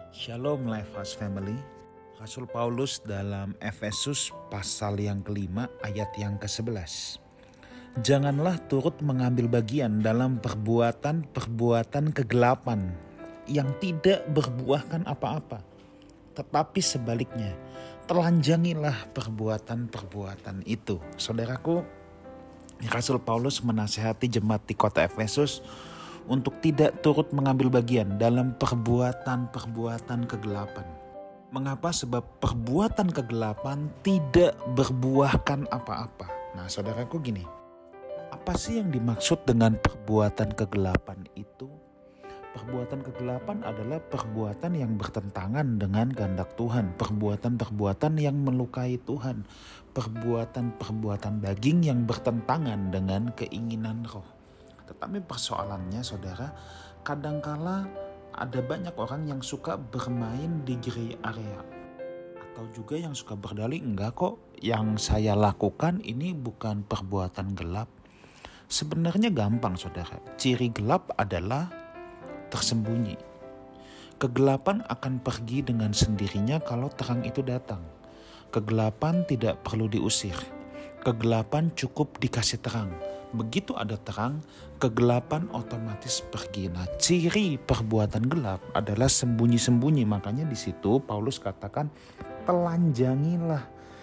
Shalom Lifehouse Family. Rasul Paulus dalam Efesus pasal yang kelima ayat yang ke-11. Janganlah turut mengambil bagian dalam perbuatan-perbuatan kegelapan yang tidak berbuahkan apa-apa. Tetapi sebaliknya, telanjangilah perbuatan-perbuatan itu. Saudaraku, Rasul Paulus menasihati jemaat di kota Efesus untuk tidak turut mengambil bagian dalam perbuatan-perbuatan kegelapan. Mengapa? Sebab perbuatan kegelapan tidak berbuahkan apa-apa. Nah, saudaraku gini, apa sih yang dimaksud dengan perbuatan kegelapan itu? Perbuatan kegelapan adalah perbuatan yang bertentangan dengan kehendak Tuhan, perbuatan-perbuatan yang melukai Tuhan, perbuatan-perbuatan daging yang bertentangan dengan keinginan roh. Tetapi persoalannya, saudara, kadangkala ada banyak orang yang suka bermain di gray area. Atau juga yang suka berdalih, enggak kok, yang saya lakukan ini bukan perbuatan gelap. Sebenarnya gampang, saudara. Ciri gelap adalah tersembunyi. Kegelapan akan pergi dengan sendirinya kalau terang itu datang. Kegelapan tidak perlu diusir. Kegelapan cukup dikasih terang. Begitu ada terang, kegelapan otomatis pergi. Nah, ciri perbuatan gelap adalah sembunyi-sembunyi. Makanya di situ Paulus katakan, telanjangilah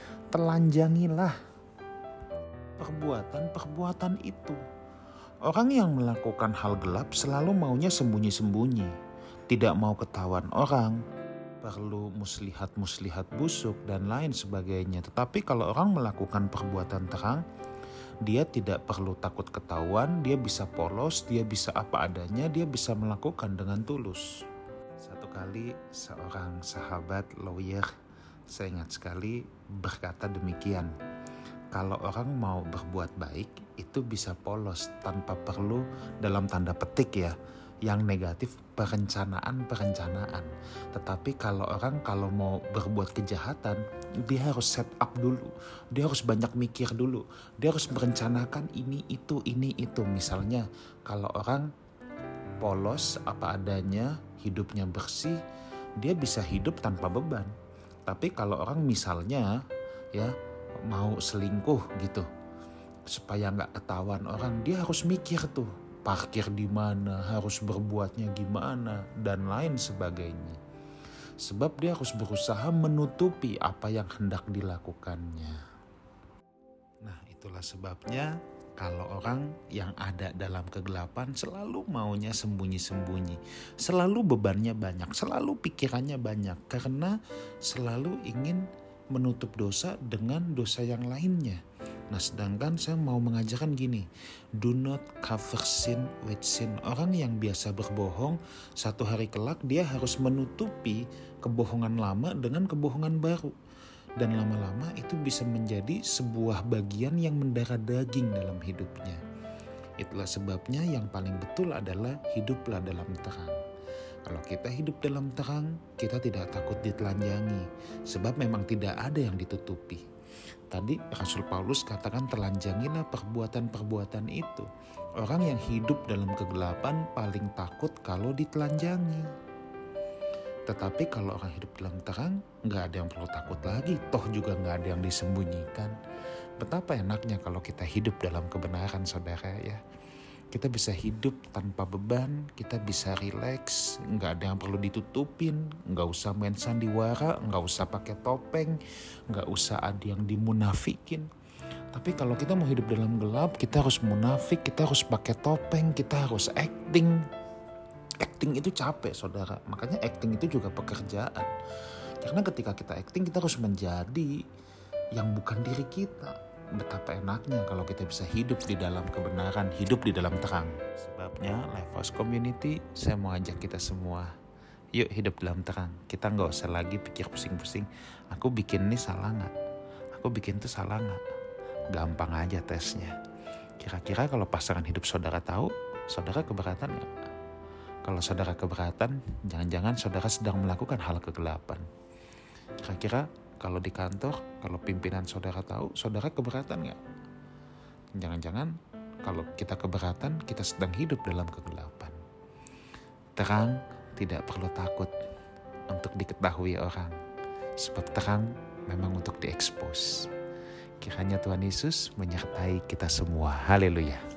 perbuatan-perbuatan itu. Orang yang melakukan hal gelap selalu maunya sembunyi-sembunyi, tidak mau ketahuan orang, perlu muslihat-muslihat busuk dan lain sebagainya. Tetapi kalau orang melakukan perbuatan terang, dia tidak perlu takut ketahuan, dia bisa polos, dia bisa apa adanya, dia bisa melakukan dengan tulus. Satu kali seorang sahabat lawyer, saya ingat sekali, berkata demikian. Kalau orang mau berbuat baik, itu bisa polos tanpa perlu, dalam tanda petik ya, yang negatif, perencanaan. Tetapi kalau orang mau berbuat kejahatan, dia harus set up dulu, dia harus banyak mikir dulu, dia harus merencanakan ini itu. Misalnya kalau orang polos apa adanya, hidupnya bersih, dia bisa hidup tanpa beban. Tapi kalau orang misalnya ya mau selingkuh gitu, supaya nggak ketahuan orang, dia harus mikir tuh, parkir di mana, harus berbuatnya gimana, dan lain sebagainya. Sebab dia harus berusaha menutupi apa yang hendak dilakukannya. Nah, itulah sebabnya kalau orang yang ada dalam kegelapan selalu maunya sembunyi-sembunyi, selalu bebannya banyak, selalu pikirannya banyak, karena selalu ingin menutup dosa dengan dosa yang lainnya. Nah, sedangkan saya mau mengajarkan gini, do not cover sin with sin. Orang yang biasa berbohong, satu hari kelak dia harus menutupi kebohongan lama dengan kebohongan baru. Dan lama-lama itu bisa menjadi sebuah bagian yang mendarah daging dalam hidupnya. Itulah sebabnya yang paling betul adalah hiduplah dalam terang. Kalau kita hidup dalam terang, kita tidak takut ditelanjangi, sebab memang tidak ada yang ditutupi. Tadi Rasul Paulus katakan telanjangilah perbuatan-perbuatan itu. Orang yang hidup dalam kegelapan paling takut kalau ditelanjangi. Tetapi kalau orang hidup dalam terang, gak ada yang perlu takut lagi. Toh juga gak ada yang disembunyikan. Betapa enaknya kalau kita hidup dalam kebenaran, saudara ya. Kita bisa hidup tanpa beban, kita bisa rileks, gak ada yang perlu ditutupin, gak usah main sandiwara, gak usah pakai topeng, gak usah ada yang dimunafikin. Tapi kalau kita mau hidup dalam gelap, kita harus munafik, kita harus pakai topeng, kita harus acting. Acting itu capek, saudara. Makanya acting itu juga pekerjaan. Karena ketika kita acting, kita harus menjadi yang bukan diri kita. Betapa enaknya kalau kita bisa hidup di dalam kebenaran, hidup di dalam terang. Sebabnya Lifehouse Community, saya mau ajak kita semua, yuk hidup dalam terang. Kita gak usah lagi pikir pusing-pusing, aku bikin ini salah gak? Aku bikin itu salah gak? Gampang aja tesnya. Kira-kira kalau pasangan hidup saudara tahu, saudara keberatan gak? Kalau saudara keberatan, jangan-jangan saudara sedang melakukan hal kegelapan. Kira-kira kalau di kantor, kalau pimpinan saudara tahu, saudara keberatan gak? Jangan-jangan kalau kita keberatan, kita sedang hidup dalam kegelapan. Terang tidak perlu takut. untuk diketahui orang. Sebab terang memang untuk diekspos. Kiranya Tuhan Yesus menyertai kita semua. Haleluya.